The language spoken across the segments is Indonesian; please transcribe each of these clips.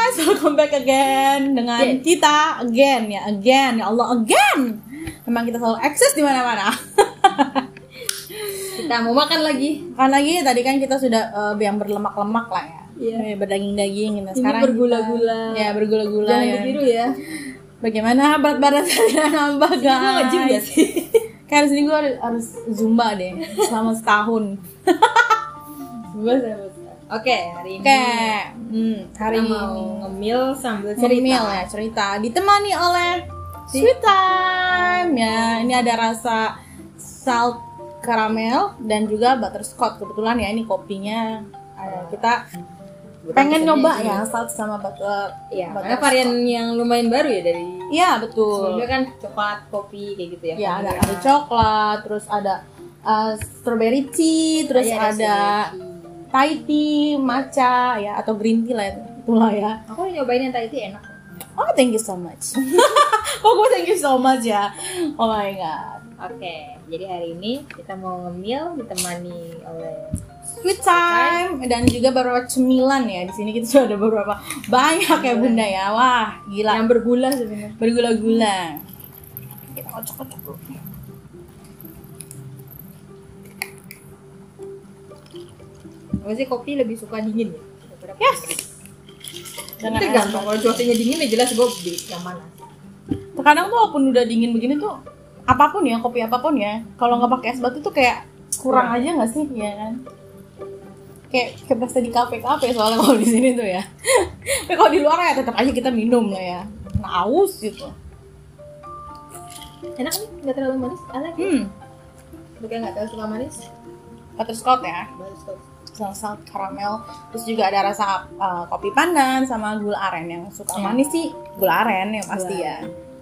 guys, welcome back again dengan kita again ya Allah again. Memang kita selalu eksis di mana-mana. Kita mau makan lagi. Tadi kan kita sudah yang berlemak-lemak lah ya. Iya. Berdaging-daging. Nah, ini sekarang bergula-gula. Ya, bergula-gula. Jangan ya. ditiru ya. Bagaimana berat badan saya nambah guys? Gue nge-gym gak sih? Kayak sini gue harus zumba deh selama setahun. Oke, hari ini hari kita ini mau ngemil sambil cerita. Ngemil ya, cerita ditemani oleh Sweet Time ya. Ini ada rasa salt caramel dan juga butterscotch. Kebetulan ya ini kopinya kita pengen nyoba ya salt sama butter. Iya, karena varian yang lumayan baru ya dari. Iya, betul. Sebelumnya kan coklat, kopi kayak gitu ya. Ya, ada coklat, terus ada strawberry tea, terus ada Thai tea, matcha ya, atau green tea lah itulah ya. Aku nyobain yang Thai tea enak. Oh, thank you so much. Kok gue thank you so much ya. Oh my god. Oke, jadi hari ini kita mau ngemil ditemani oleh Sweet Time dan juga beberapa cemilan ya. Di sini kita sudah ada beberapa banyak ya Bunda ya. Wah, gila. Yang bergula sebenarnya. Bergula-gula. Kita kocok-kocok dulu. Apa sih kopi lebih suka dingin ya? Yes. Jangan tergantung, kalau cuacanya dingin ya jelas gue beli yang mana. Terkadang tuh walaupun udah dingin begini tuh apapun ya, kopi apapun ya, kalau nggak pakai es batu tuh kayak kurang aja nggak sih, ya kan? Kayak pasti di kafe soalnya kalau di sini tuh ya. Tapi kalau di luar ya tetap aja kita minum lah ya. Nah, aus gitu. Enak nih, nggak terlalu manis. Lu kayak nggak terlalu suka manis. Butterscotch ya. Salt caramel, terus juga ada rasa kopi pandan sama gula aren. Yang suka manis sih gula aren yang pasti ya.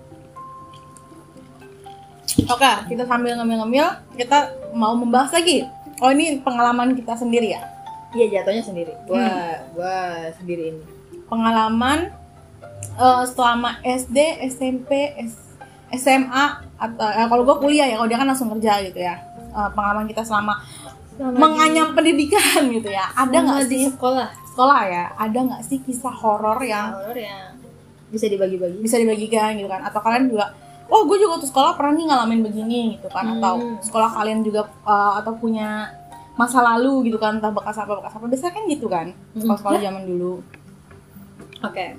Oke, kita sambil ngemil-ngemil, kita mau membahas lagi. Oh, ini pengalaman kita sendiri ya? Iya, jatuhnya sendiri. Gua sendiri ini. Pengalaman selama SD, SMP, SMA atau kalau gua kuliah ya, kalau dia kan langsung kerja gitu ya. Pengalaman kita selama menganyam pendidikan gitu ya. Ada nggak sih sekolah ya? Ada nggak sih kisah horor yang bisa dibagi-bagi? Bisa dibagikan gitu kan? Atau kalian juga, oh gue juga waktu sekolah pernah nih ngalamin begini gitu kan? Atau sekolah kalian juga atau punya masa lalu gitu kan? Entah bekas apa? Biasanya kan gitu kan? Sekolah zaman dulu. Oke.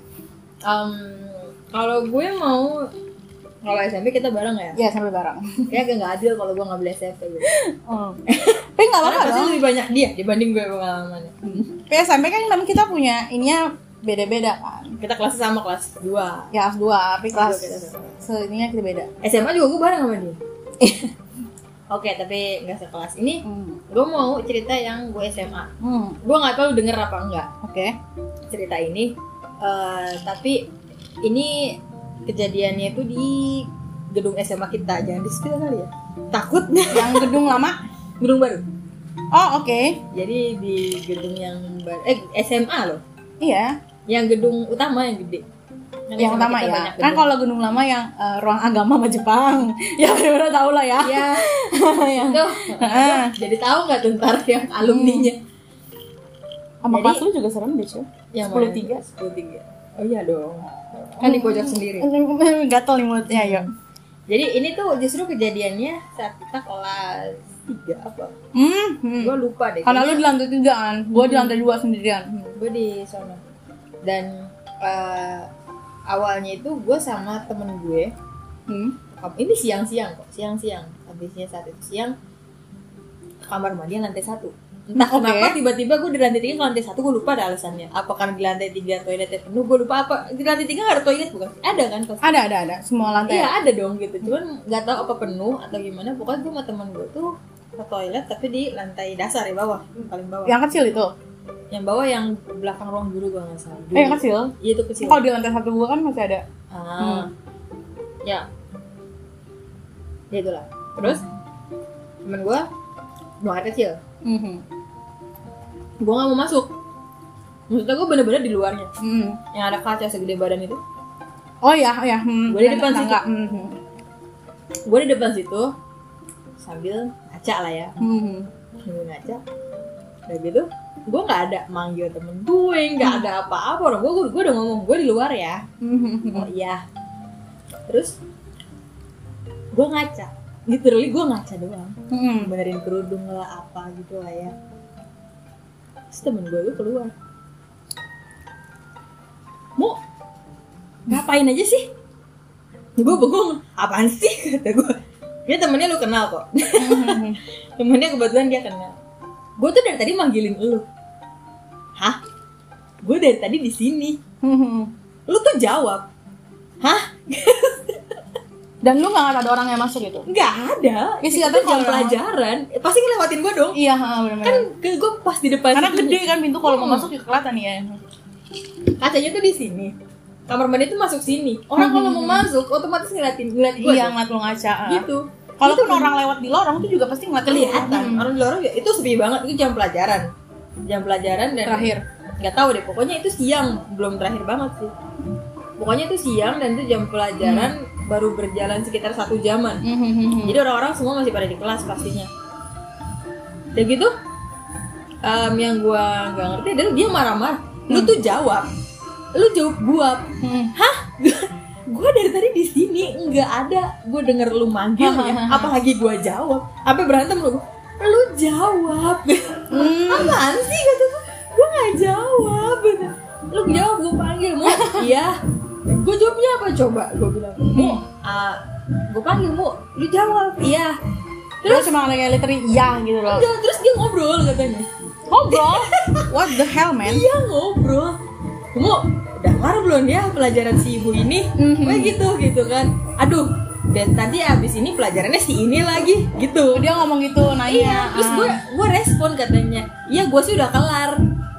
Kalau gue mau, kalau SMP kita bareng ya? Iya, sampai bareng. Kayak nggak adil kalau gue ngambil SMP gitu. Tapi nggak apa-apa pasti dong. lebih banyak dia dibanding gue pengalamannya. Tapi SMP kan memang kita punya ininya beda-beda kan. Kita kelas sama kelas 2. Ya kelas 2, tapi kelas ininya kita beda. SMA juga gue bareng sama dia. Oke, tapi nggak sekelas. Ini gue mau cerita yang gue SMA. Gue nggak tahu denger apa enggak. Oke. Cerita ini, tapi ini kejadiannya itu di gedung SMA kita. Jangan di spill kali ya. Takut. Yang gedung lama? Gedung baru. Oh, oke. Jadi di gedung yang baru, SMA loh. Iya. Yang gedung utama yang gede. Yang utama ya. Kan kalau gedung lama yang ruang agama sama Jepang. Ya udah tahu lah ya. Iya. Yang Tuh. Jadi tahu nggak tuh ntar yang alumninya? Sama kelas lu juga serem deh, cuy. Yang 10-3. Oh iya dong. Kan di pojok sendiri. Gatel nih mulutnya, ya. Jadi ini tuh justru kejadiannya saat kita kelas 3 apa? Gue lupa deh. Karena lu di lantai 3 kan, gue di lantai 2 sendirian. Gue di sono. Dan awalnya itu gue sama temen gue. Ini siang-siang kok, siang-siang. Habisnya saat itu siang ke kamar mandi lantai 1. Entah kenapa tiba-tiba gue di lantai 3 ke lantai 1, gue lupa ada alasannya. Apa karena di lantai 3 toiletnya penuh, gue lupa apa. Di lantai 3 gak ada toilet bukan? Ada kan? Pasti. Ada. Semua lantai. Iya ada dong gitu. Cuman gak tahu apa penuh atau gimana. Pokoknya gue sama temen gue tuh ke toilet tapi di lantai dasar ya, bawah, paling bawah. Yang kecil itu? Yang bawah yang belakang ruang guru gue nggak salah. Yang kecil? Iya itu kecil. Kalau di lantai 1 gue kan masih ada. Ya itulah. Terus temen gue buang air kecil. Gue nggak mau masuk. Maksudnya gue bener-bener di luarnya. Yang ada kaca segede badan itu. Oh ya. Gue di depan situ. Gue di depan situ sambil ngaca lah ya. Sambil ngaca. Udah gitu gue nggak ada manggil temen gue, nggak ada apa-apa. Orang gue udah ngomong gue di luar ya. Oh iya. Terus gue ngaca, literally gue ngaca doang, benerin kerudung lah apa gitu lah ya. Terus temen gue itu keluar, mau ngapain aja sih? Gue bengong, apaan sih kata gue. Ini temennya lu kenal kok. Temennya kebetulan dia kenal. Gue tuh dari tadi manggilin lu. Hah? Gue dari tadi di sini. Lu tuh jawab. Hah? Dan lu nggak ada orang yang masuk gitu? Nggak ada. Ya sih, itu jam pelajaran. Pasti ngelewatin gue dong. Iya, benar-benar. Kan gue pas di depan. Karena gede kan pintu, kalau mau masuk juga kelihatan ya. Kacanya tuh di sini. Kamar mandi tuh masuk sini. Orang kalau mau masuk otomatis ngeliat gue. Iya, ngeliat lu ngaca. Gitu. Kalaupun orang lewat di lorong tuh juga pasti ngeliat kelihatan. Orang di lorong itu sepi banget. Itu jam pelajaran. Jam pelajaran dan terakhir. Nggak tahu deh. Pokoknya itu siang, belum terakhir banget sih. Pokoknya itu siang dan itu jam pelajaran baru berjalan sekitar 1 jaman. Jadi orang-orang semua masih pada di kelas pastinya. Dan gitu, yang gue nggak ngerti adalah dia marah-marah. Lu tuh jawab. Lu jawab gua. Hah? Gue dari tadi di sini nggak ada. Gue denger lu manggil ya. Apalagi gue jawab. Sampai berantem lu. Lu jawab. Apaan sih kata gue? Gue nggak jawab. Lu jawab, gue panggil. Mau? Iya. Gue jawabnya apa coba? Gue bilang mau. Gue panggil mau. Lu jawab. Iya. Terus cuma kayak literally iya gitu loh. Terus dia ngobrol katanya. Ngobrol? What the hell man? Iya ngobrol. Mau udah kelar belum ya pelajaran si ibu ini? Kayak gitu kan. Aduh, dan tadi abis ini pelajarannya si ini lagi gitu. Dia ngomong gitu, nanya. Iya, terus gue respon katanya, iya gue sih udah kelar.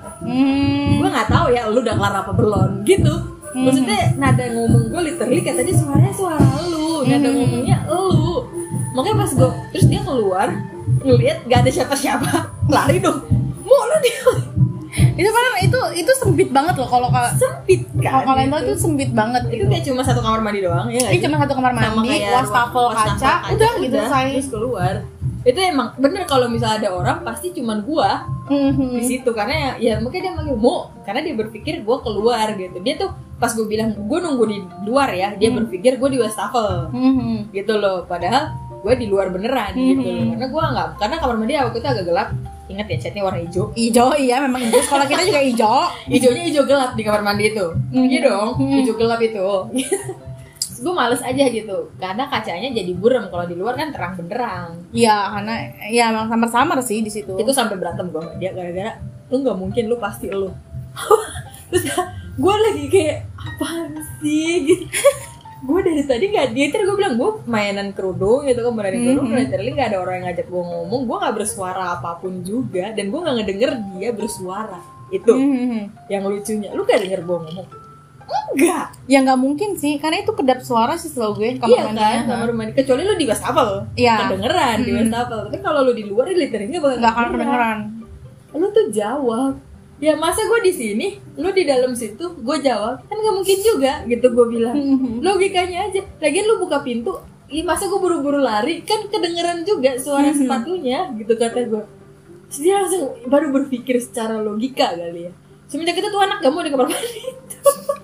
Gue nggak tahu ya lu udah kelar apa belum gitu. Maksudnya nada ngomong gue literally katanya suaranya suara lu, nada ngomongnya lu. Makanya pas gue terus dia keluar ngeliat gak ada siapa-siapa, lari dong. Mau lu dia. Itu padahal itu sempit banget loh kalau sempit kan. Kalau kalian tahu itu sempit banget itu gitu. Kayak cuma 1 kamar mandi doang ya. Ini cuma 1 kamar mandi, wastafel kaca, udah gitu selesai. Terus keluar. Itu emang bener kalau misalnya ada orang pasti cuman gua di situ karena ya mungkin dia manggil mau karena dia berpikir gua keluar gitu. Dia tuh pas gua bilang gua nunggu di luar ya, dia berpikir gua di wastafel. Gitu loh. Padahal gua di luar beneran gitu loh. Karena gua enggak, karena kamar mandi waktu itu agak gelap. Ingat ya catnya warna hijau. Hijau iya memang hijau. Sekolah kita juga hijau. Hijaunya hijau gelap di kamar mandi itu. Iya dong, hijau gelap itu. Gue males aja gitu karena kacanya jadi buram. Kalau di luar kan terang benderang. Iya, karena ya emang samar-samar sih di situ. Itu sampai berantem gue sama dia gara-gara lu nggak mungkin, lu pasti lu. Terus gue lagi kayak apaan sih gitu. Gue dari tadi nggak dia, terus gue bilang gue mainan kerudung gitu kan, mainan kerudung, literally nggak ada orang yang ngajak gue ngomong, gue nggak bersuara apapun juga, dan gue nggak ngedenger dia bersuara itu. Yang lucunya, lu nggak denger gue ngomong? Enggak. Ya nggak mungkin sih, karena itu kedap suara sih selalu gue kamar mandinya. Iya kan, kamar mandi. Kecuali lu di wastafel, kedengeran di wastafel. Tapi kalau lu di luar, literally nggak akan kedengeran. Lu tuh jawab. Ya masa gue di sini, lu di dalam situ, gue jawab kan nggak mungkin juga gitu gue bilang. Logikanya aja. Lagian lu buka pintu, masa gue buru-buru lari kan kedengeran juga suara sepatunya gitu kata gue. Terus dia langsung baru berpikir secara logika kali ya. Semenjak itu tuh anak gak mau di kamar mandi itu.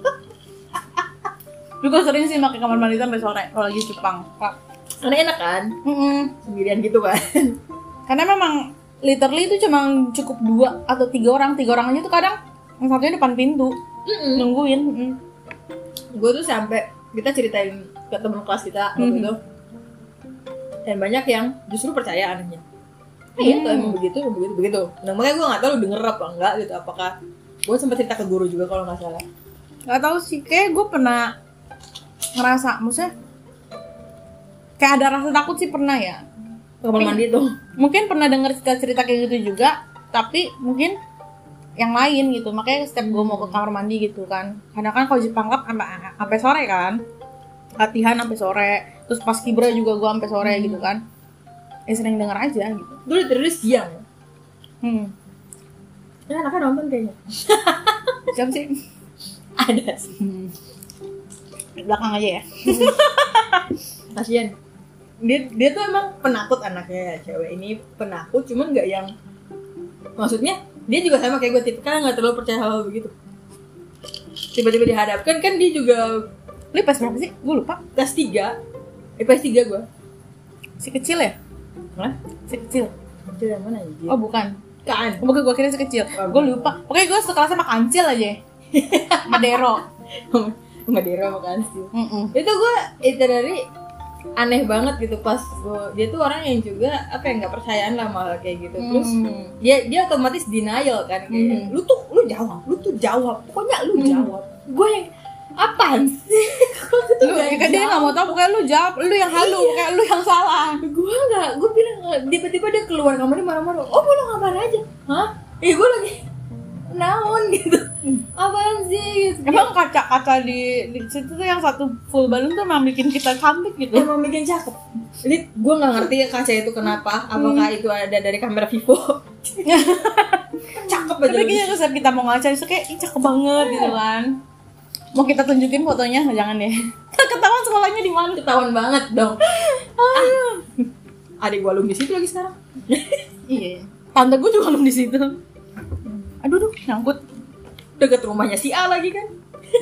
Lu gue sering sih pakai kamar mandi sampai sore kalau lagi Jepang. Karena enak kan, sendirian gitu kan. Karena memang literally itu cuma cukup 2 atau 3 orang. 3 orang aja tuh kadang yang satunya depan pintu nungguin. Gue tuh sampai kita ceritain ke teman kelas kita waktu itu, dan banyak yang justru percaya anehnya. Iya tuh emang begitu. Nah makanya gue nggak tahu lu denger apa enggak gitu. Apakah gue sempat cerita ke guru juga kalau nggak salah. Nggak tahu sih, kayak gue pernah ngerasa, maksudnya kayak ada rasa takut sih pernah ya. Kamar mandi tuh. Mungkin pernah denger cerita kayak gitu juga, tapi mungkin yang lain gitu. Makanya setiap gue mau ke kamar mandi gitu kan. Karena kan kalau Jepang Club sampai sore kan. Latihan sampai sore. Terus pas kibra juga gue sampai sore gitu kan. Ya sering denger aja gitu. Dulu terus siang. Ya anaknya nonton kayaknya. Jam sih? Ada sih. Belakang aja ya. Kasian. Dia tuh emang penakut anaknya ya, cewek ini penakut, cuman nggak yang maksudnya Dia juga sama kayak gue, tipikal nggak terlalu percaya hal begitu. Tiba-tiba dihadapkan kan, dia juga. Lu pas berapa sih? Gue lupa. Kelas 3. Kelas 3 gue. Si kecil ya? Hah? Si kecil. Itu yang mana anjir? Oh bukan. Kan. Bukan, gue kira si kecil. Gue lupa. Pokoknya gue sekelasnya sama Kancil aja. Madero. Madero makan sih. Itu gue itu dari aneh banget gitu pas dia tuh orang yang juga apa ya, nggak percayaan lah malah kayak gitu. Terus dia otomatis denial kan kayak lu tuh jawab pokoknya lu jawab. Gue yang apaan sih? Lu kan dia nggak mau tahu, pokoknya lu jawab, lu yang halu, kayak lu yang salah. Gue bilang tiba-tiba dia keluar kamar dia marah-marah. Oh mau ngapain aja? Hah? Gue lagi naon gitu. Apaan sih gitu. Emang kaca-kaca di situ tuh yang satu full balon tuh emang bikin kita cantik gitu. Emang bikin cakep. Jadi gue nggak ngerti ya kaca itu kenapa. Apakah itu ada dari kamera Vivo? Cakep aja. Tapi kayaknya setiap kita mau ngaca itu kayak cakep banget gitu kan. Mau kita tunjukin fotonya, jangan deh. Ketahuan sekolahnya di mana? Ketahuan banget dong. Adik gue alum di situ lagi sekarang. Iya. Tante gue juga alum di situ. Aduh, nyangkut. Deket rumahnya si A lagi kan.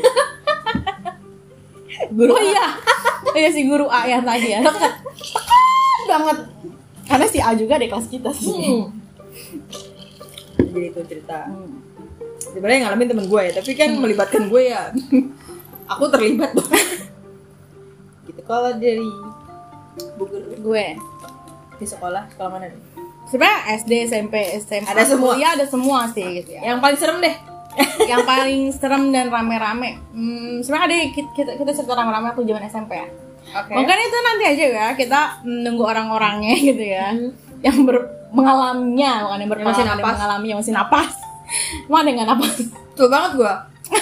Guru iya. Iya si guru A yang tadi ya. Deket banget. Karena si A juga di kelas kita sih. Jadi itu cerita. Sebenarnya yang ngalamin temen gue ya, tapi kan melibatkan gue ya. Aku terlibat dong. Gitu. Kalau dari gue di sekolah mana nih? sebenarnya SD, SMP, SMA ada semua. Ya ada semua sih gitu ya. Yang paling serem deh. Yang paling serem dan rame-rame. Sebenarnya ada kita cerita rame-rame waktu zaman SMP ya. Okay. Mungkin itu nanti aja ya, kita nunggu orang-orangnya gitu ya. Yang mengalaminya, bukan yang berpengalaman, yang mengalami, yang masih napas. Mau ada nggak napas? Tuh banget gua.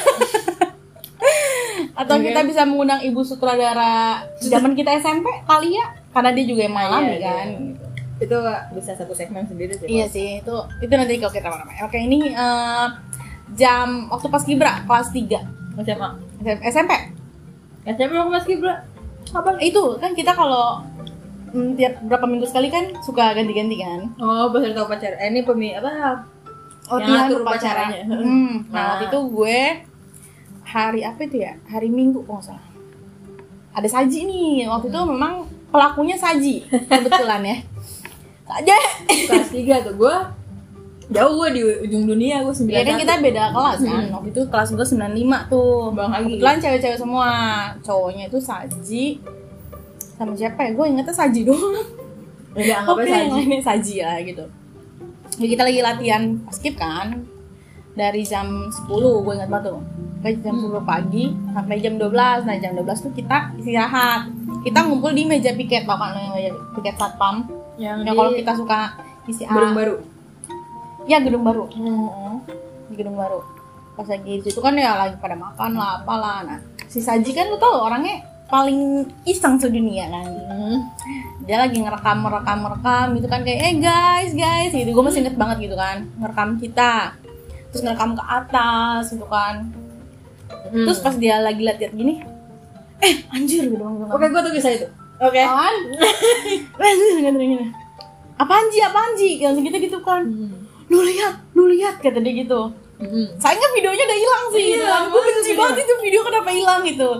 Atau kita bisa mengundang ibu sutradara zaman kita SMP kali ya, karena dia juga yang mengalami kan. Iya. Itu bisa satu segmen sendiri sih. Iya sih, itu nanti kalau kita rame-rame. Oke, ini jam waktu pas Kibra kelas 3 SMP waktu pas Kibra apa itu kan kita kalau tiap berapa minggu sekali kan suka ganti-ganti kan. Oh, peserta upacara. Ini yang atur upacaranya. Nah, waktu itu gue hari apa itu ya? Hari Minggu kalau nggak salah. Ada Saji nih. Waktu itu memang pelakunya Saji kebetulan ya. Saja kelas 3 tuh gue jauh, gue di ujung dunia, gue 91. Ya kan kita beda kelas kan. Waktu itu kelas gue 95 tuh. Bang Agi. Kebetulan cewek-cewek semua. Cowoknya itu Saji sama siapa ya? Gue ingetnya Saji doang. Udah anggapnya Saji. Yang lainnya Saji lah gitu. Jadi kita lagi latihan paskib kan. Dari jam 10 gue ingat banget tuh. Sampai jam 10 pagi sampai jam 12. Nah jam 12 tuh kita istirahat. Kita ngumpul di meja piket, bahkan meja piket satpam. Yang kalau kita suka isi gedung baru. Ya gedung baru. Di gedung baru. Pas lagi di situ kan ya lagi pada makan lah apalah. Nah, si Saji kan lu tau orangnya paling iseng sedunia kan. Dia lagi ngerekam gitu kan kayak guys gitu. Gue masih inget banget gitu kan. Ngerekam kita. Terus ngerekam ke atas gitu kan. Terus pas dia lagi lihat gini, anjir gitu. Oke, gue tuh kisah itu. Oke. Apaan? Apaan Ji? Langsung gitu kan. Lu lihat kata dia gitu. Sayangnya videonya udah hilang sih gitu kan. Gue benci banget itu video kenapa hilang gitu.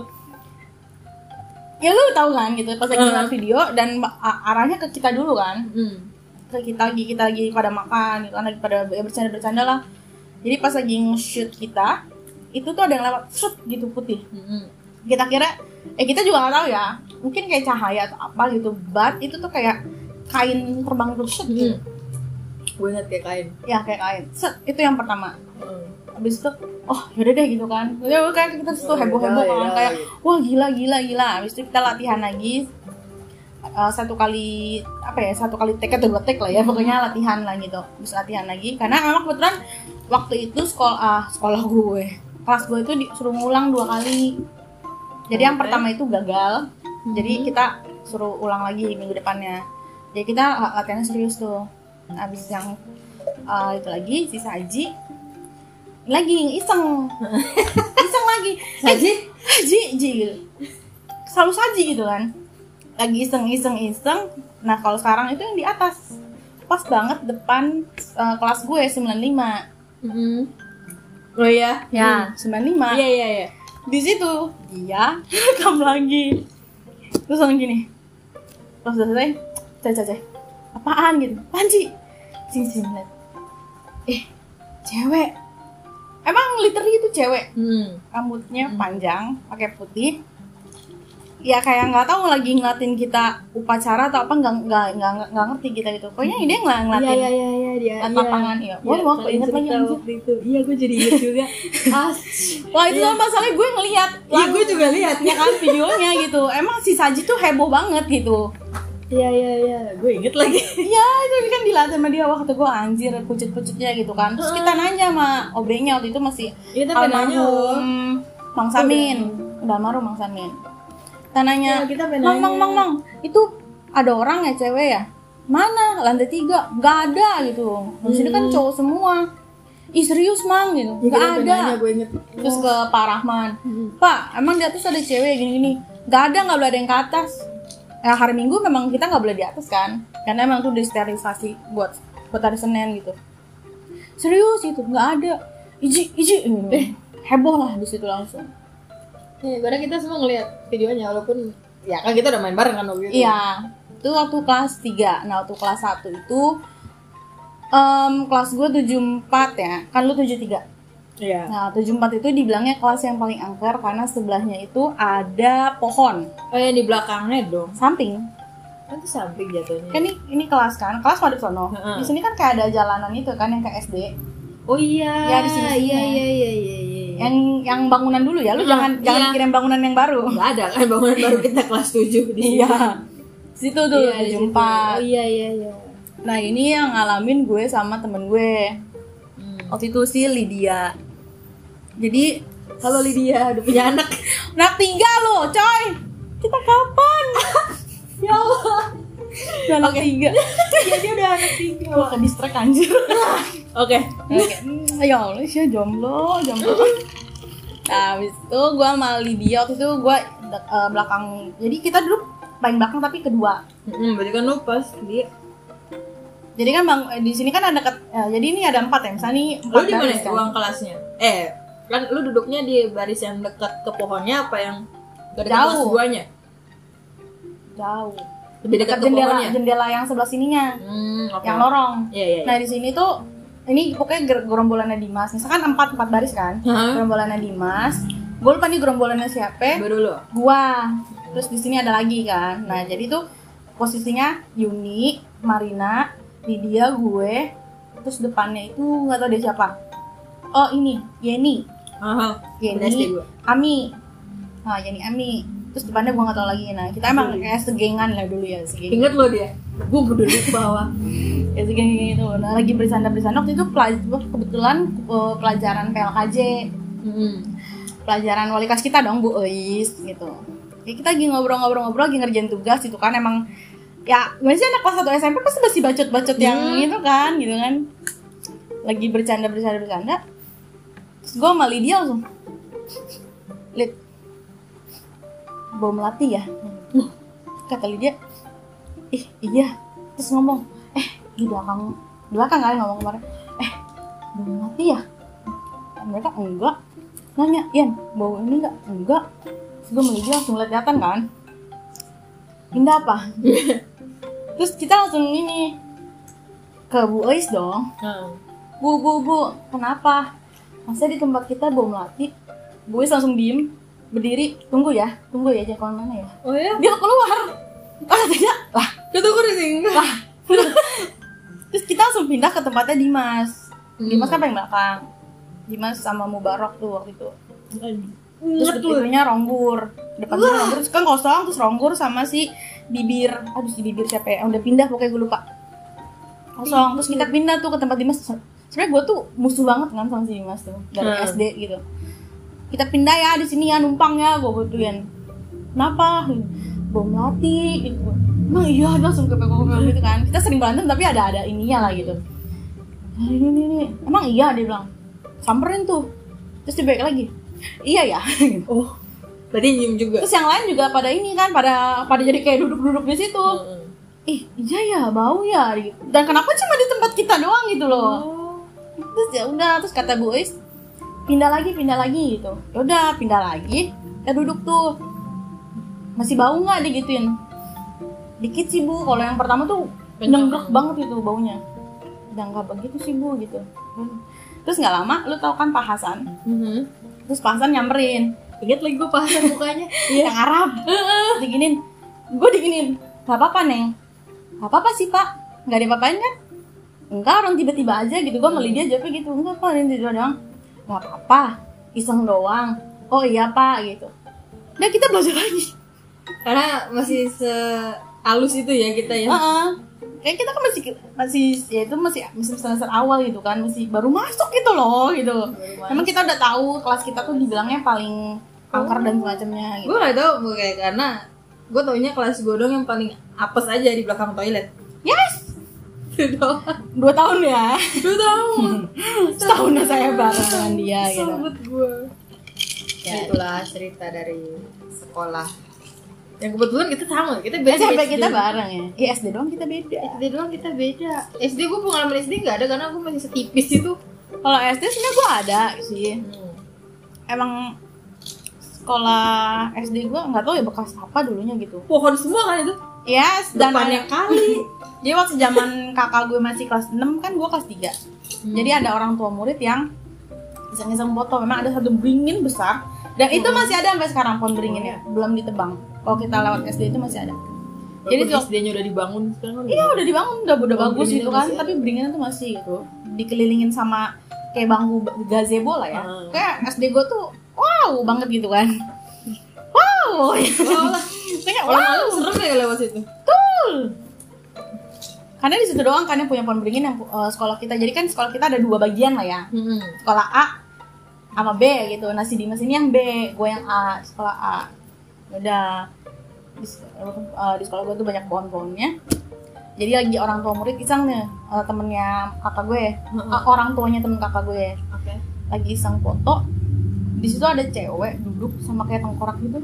Ya lu tahu kan gitu pas lagi nonton video dan arahnya ke kita dulu kan. Kita lagi pada makan gitu kan, lagi pada bercanda lah. Jadi pas lagi nge-shoot kita, itu tuh ada yang lewat shoot gitu putih. Kita kira kita juga nggak tahu ya, mungkin kayak cahaya atau apa gitu, but itu tuh kayak kain terbang terus shoot gitu. Gue inget kayak kain. Ya kayak kain. Set, itu yang pertama. Habis itu, oh yaudah deh gitu kan. Ya kayak kita tuh heboh kan, kayak wah gila. Habis itu kita latihan lagi. Satu kali take atau 2 take lah ya, pokoknya latihan lah gitu. Terus latihan lagi karena memang kebetulan waktu itu sekolah gue, kelas gue itu disuruh ngulang 2 kali. Jadi yang pertama itu gagal. Jadi kita suruh ulang lagi minggu depannya. Jadi kita latihannya serius tuh. Habis yang itu lagi si Saji lagi iseng lagi. Saji gitu. Selalu Saji gitu kan. Lagi iseng. Nah kalau sekarang itu yang di atas pas banget depan kelas gue 95. Oh iya? Ya, 95. Iya. Di situ dia rekam lagi. Terus langsung gini. Pas udah selesai, cai. Apaan gitu? Apaan sih? Sing liat. Cewek. Emang literally itu cewek. Rambutnya panjang, pakai putih. Ya kayak nggak tahu lagi ngeliatin kita upacara atau apa, nggak ngerti kita gitu. Pokoknya dia ngeliatin. Iya dia. Lapangan ya. Wah, mau inget lagi waktu itu. Iya, gue jadi inget juga. Wah, itu masalahnya gue ngeliat. Iya, gue juga lihat ya kan videonya gitu. Emang si Saji tuh heboh banget gitu. Iya. Gue inget lagi. Iya, itu kan dilihat sama dia waktu gue anjir pucet-pucetnya gitu kan. Terus kita nanya sama OB-nya waktu itu masih almarhum Mang Samin. Udah almarhum Mang Samin. Kita nanya, Mang, itu ada orang ya cewek ya? Mana? Lantai 3? Gak ada gitu. Di sini kan cowok semua. Ih serius Mang gitu, gak ada. Terus ke Pak Rahman, Pak, emang di atas ada cewek gini-gini? Gak ada, gak boleh ada yang ke atas. Hari Minggu memang kita gak boleh di atas kan, karena emang tuh disterilisasi buat hari Senin gitu. Serius itu, gak ada. Iji, heboh lah di situ langsung. Karena kita semua ngeliat videonya, walaupun ya kan kita udah main bareng kan waktu itu. Iya, itu waktu kelas 3. Nah waktu kelas 1 itu kelas gue 74 ya, kan lu 73. Iya. Nah 74 itu dibilangnya kelas yang paling angker karena sebelahnya itu ada pohon. Oh yang di belakangnya dong. Samping. Itu samping jatuhnya. Kan ini kelas kan, kelas pada sono. Di sini kan kayak ada jalanan itu kan yang ke SD. Oh iya. Ya di sini. Iya. Yang bangunan dulu ya, lu jangan kirim bangunan yang baru. Nggak ada kan bangunan baru, kita kelas 7 di sini. Iya. Situ tuh 74. Oh iya. Nah ini yang ngalamin gue sama temen gue. Waktu itu si Lydia. Jadi halo Lydia, udah punya anak. Anak 3 loh coy. Kita kapan? Ya Allah. Anak 3. Ya dia udah anak 3. Gue ke distract anjir. Oke. Ya Allah sih jomblo. Nah habis itu gue sama Lydia waktu itu gue belakang. Jadi kita dulu paling belakang tapi kedua. Berarti kan lu pas dia. Jadi kan bang di sini kan ada jadi ini ada 4 ya, misalnya nih 4 lu di mana kan? ruang kelasnya? Kan lu duduknya di baris yang dekat ke pohonnya apa yang dekat kelas 2-nya? Jauh. Lebih dekat ke pohonnya. Jendela yang sebelah sininya. Okay. Yang lorong. Iya. Nah, di sini tuh ini pokoknya gerombolannya Dimas. Misalkan 4 baris kan. Gerombolannya Dimas. Gue lupa nih gerombolannya siapa? Dulu. Gua. Terus di sini ada lagi kan. Nah, jadi tuh posisinya Yuni, Marina, Lydia, gue. Terus depannya itu enggak tahu dia siapa. Oh, ini Yeni. Yeni, Ami. Nah, Yeni Ami. Terus depannya gue nggak tahu lagi. Nah kita emang kayak segengan lah dulu ya, Ingat lo dia? Gue udah lupa. Kayak segeng gitu. Nah lagi bercanda waktu itu kebetulan pelajaran PLKJ. Pelajaran wali kelas kita dong Bu Eis gitu. Ya, kita lagi ngobrol-ngobrol lagi ngerjain tugas itu kan emang ya biasanya anak kelas 1 SMP pasti masih bacot-bacot yang itu kan gitu kan. Lagi bercanda. Terus gue sama Lydia langsung Lid, bom melati ya? Kata Lydia, iya. Terus ngomong, di belakang kali ngomong kemarin, bom melati ya? Mereka enggak. Nanya, Yan, bau ini enggak. Terus gue sama Lydia langsung lihat-lihatan kan. Pindah apa? Terus kita langsung ini ke Bu Eis dong. Bu, kenapa? Masa di tempat kita bom melati? Bu Eis langsung diem, berdiri, tunggu ya jangan kemana-mana ya. Oh ya? Dia keluar. Tidak lah. Ketunggu di sini. Lah. Terus kita langsung pindah ke tempatnya Dimas. Dimas kan paling belakang. Dimas sama Mubarok tuh waktu itu. Terus depannya Ronggur. Depannya Ronggur kan kosong, terus Ronggur sama si Bibir. Aduh si Bibir siapa ya? Udah pindah pokoknya gue lupa. Kosong. Terus kita pindah tuh ke tempat Dimas. Sebenarnya gue tuh musuh banget kan sama si Dimas tuh dari SD gitu. Kita pindah ya di sini ya numpang ya gue gituin. Kenapa? Bom melati gitu. Emang iya langsung ke gitu kan. Kita sering berantem tapi ada ininya lah gitu. Ini. Emang iya dia bilang. Samperin tuh. Terus dia balik lagi. Iya ya. Berarti nyium juga. Terus yang lain juga pada ini kan pada jadi kayak duduk di situ. iya ya bau ya gitu. Dan kenapa cuma di tempat kita doang gitu loh. Terus ya udah, terus kata Bu Is pindah lagi gitu. Ya udah pindah lagi, kita duduk tuh. Masih bau nggak digituin? Dikit sih Bu, kalau yang pertama tuh nenggak banget itu baunya. Udah nggak begitu sih Bu gitu. Terus nggak lama, lu tau kan Pak Hasan? Terus Pak Hasan nyamperin. Ingat lagi gue Pak Hasan mukanya. Yang Arab. Gue diginin. Gak apa-apa Neng. Gak apa-apa sih Pak. Gak ada apa-apain kan? Enggak, orang tiba-tiba aja gitu. Gue meli dia jawabnya gitu. Enggak Pak, ini tiba doang. Gak apa-apa, iseng doang. Oh iya Pak gitu. Nah kita belajar lagi. Karena masih sehalus itu ya kita ya. Kayak kita kan masih semester awal gitu kan, masih baru masuk gitu loh gitu. Memang kita udah tahu kelas kita tuh dibilangnya paling angker dan semacamnya gitu. Gue gak tau kayak karena gue taunya kelas gue dong yang paling apes aja di belakang toilet. Yes. 2 tahun ya. 2 tahun. Setahun saya bareng dengan dia gitu. Sahabat gue. Ya itulah cerita dari sekolah. Yang kebetulan kita sama, kita beda. SMP kita bareng ya. Iya SD doang kita beda. SD gue pengalaman SD nggak ada karena gue masih setipis itu. Kalau SD sebenarnya gue ada sih. Emang sekolah SD gue nggak tahu ya bekas apa dulunya gitu. Pohon semua kan itu. Yes, dan banyak kali. Jadi waktu zaman kakak gue masih kelas 6 kan gue kelas 3. Jadi ada orang tua murid yang iseng-iseng foto. Memang ada satu beringin besar dan itu masih ada sampai sekarang pohon beringinnya, belum ditebang. Kalau kita lewat SD itu masih ada. Jadi SD-nya udah dibangun sekarang. Iya, udah dibangun, udah bagus gitu kan, tapi beringinnya tuh masih gitu. Dikelilingin sama kayak bangku gazebo lah ya. Kayak SD gue tuh wow banget gitu kan. Wow. Kayak wow, serem ya lewat situ. Betul. Karena di situ doang kan yang punya pohon beringin yang sekolah kita. Jadi kan sekolah kita ada 2 bagian lah ya. Sekolah A sama B gitu. Nah si Dimas ini yang B, gue yang A, sekolah A. Udah di sekolah gue tuh banyak pohon-pohonnya. Jadi lagi orang tua murid iseng nih, temennya kakak gue, orang tuanya temen kakak gue, lagi iseng foto. Di situ ada cewek duduk sama kayak tengkorak gitu.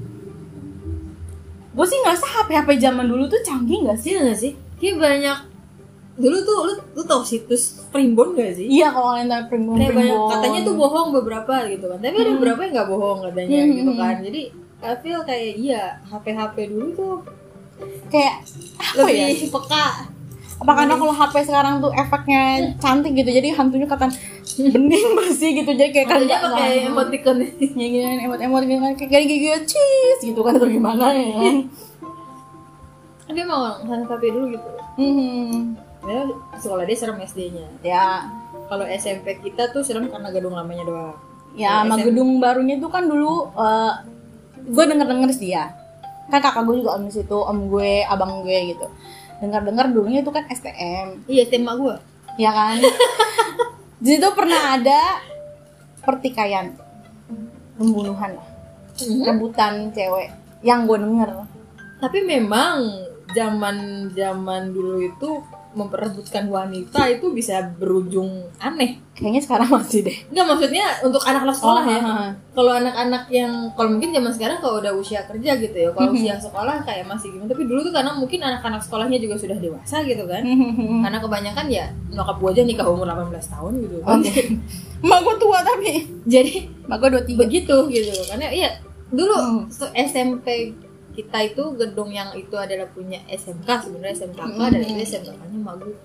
Gue sih ngerasa HP zaman dulu tuh canggih nggak sih? Iya nggak sih? Kayak banyak. Dulu tuh lu tau situs Primbon gak sih? Iya, kalau kalian tahu Primbon. Kayak banyak katanya tuh bohong beberapa gitu kan. Tapi ada beberapa yang nggak bohong katanya gitu kan. Jadi I feel kayak iya HP dulu tuh kayak lebih peka. Apa karena kalau HP sekarang tuh efeknya cantik gitu, jadi hantunya kelihatan bening bersih gitu, jadi kayak kan pakai emoticon ya gini, emot gitu kan, kayak gigi cheese gitu kan atau gimana ya kan? Dia mau HP dulu gitu. Ya, sekolah dia serem SD-nya. Ya. Kalau SMP kita tuh serem karena gedung lamanya doang. Ya, sama gedung barunya tuh kan dulu gue denger sih ya. Kan kakak gue juga om di situ, om gue, abang gue gitu. Dengar dulunya itu kan STM. Iya, STM mak gue. Iya kan? Di situ pernah ada pertikaian, pembunuhan lah, rebutan cewek yang gue denger. Tapi memang zaman dulu itu memperebutkan wanita itu bisa berujung aneh. Kayaknya sekarang masih deh. Enggak, maksudnya untuk anak-anak sekolah ya. Kalau anak-anak yang kalau mungkin zaman sekarang kalau udah usia kerja gitu ya, kalau usia sekolah kayak masih gimana. Tapi dulu tuh karena mungkin anak-anak sekolahnya juga sudah dewasa gitu kan. Karena kebanyakan ya nyokap gue aja nikah umur 18 tahun gitu kan. Mak gue tua tapi. Jadi mak gue 23 begitu gitu. Karena iya dulu SMP kita itu gedung yang itu adalah punya SMK sebenarnya SMKK dan itu SMKK-nya Magu.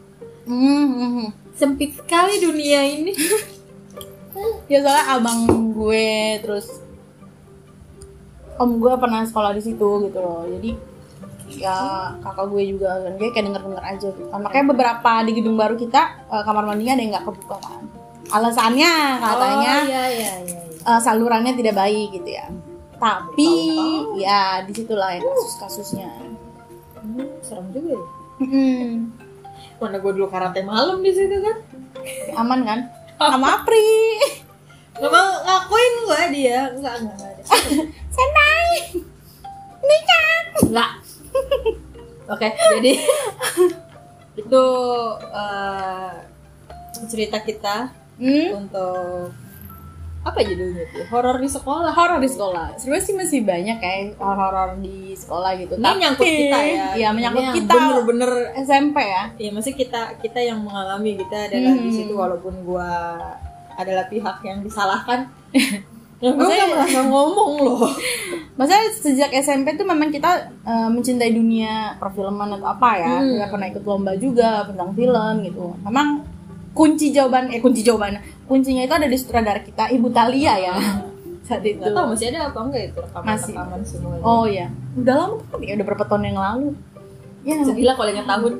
Sempit sekali dunia ini. Ya soalnya abang gue terus om gue pernah sekolah di situ gitu loh. Jadi ya kakak gue juga kan dia kayak denger aja gitu. Makanya beberapa di gedung baru kita kamar mandinya ada yang nggak kebuka kan. Alasannya katanya salurannya tidak baik gitu ya. Tapi ya disitulah ya kasus-kasusnya. Serem juga ya. Mana gue dulu karate malam di situ kan. Aman kan? Sama Apri. Gak mau ngakuin gue dia. Enggak ada. Senai. Nikah. Enggak. Oke, jadi itu cerita kita untuk Apa judulnya tuh? Horor di sekolah. Horor di sekolah. Sebenarnya sih masih banyak kayak horor di sekolah gitu. Ini menyangkut kita ya. Iya, menyangkut Ini yang kita. bener-bener SMP ya. Iya, maksudnya kita yang mengalami, kita adalah di situ walaupun gua adalah pihak yang disalahkan. Gue Maksudnya- gak merasa ngomong loh. Maksudnya sejak SMP tuh memang kita mencintai dunia perfilman atau apa ya. Kita pernah ikut lomba juga tentang film gitu. Memang kuncinya itu ada di sutradara kita, Ibu Thalia ya. Saat itu. Gak tau masih ada apa enggak itu rekaman semuanya. Oh iya. Udah lama kan ya, udah berapa tahun yang lalu. Ya. Sedih lah kalau ingat tahun.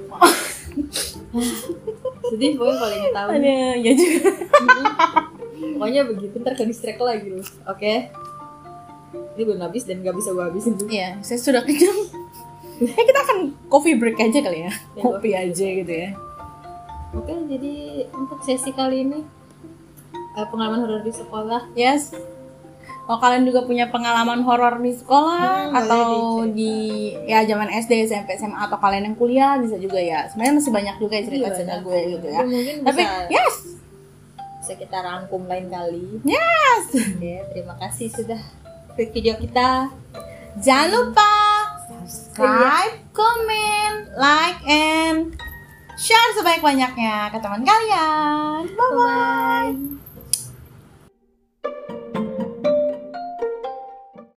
Sedih pokoknya kalau ingat tahun. Ada ya juga. Pokoknya begitu, ntar ke distract lagi loh. Oke. Ini belum habis dan gak bisa gue habisin tuh. Iya, saya sudah kenyang. Kita akan coffee break aja kali ya. Ya, Kopi aja gitu ya. Oke, jadi untuk sesi kali ini pengalaman horor di sekolah. Yes. Kalau kalian juga punya pengalaman horor di sekolah atau boleh di ya zaman SD, SMP, SMA atau kalian yang kuliah bisa juga ya. Sebenarnya masih banyak juga ya cerita-cerita Iya, gue gitu ya. Mungkin Tapi bisa kita rangkum lain kali. yes. Oke, terima kasih sudah klik video kita. Jangan lupa subscribe, comment, like, and share sebanyak-banyaknya ke teman kalian. Bye-bye.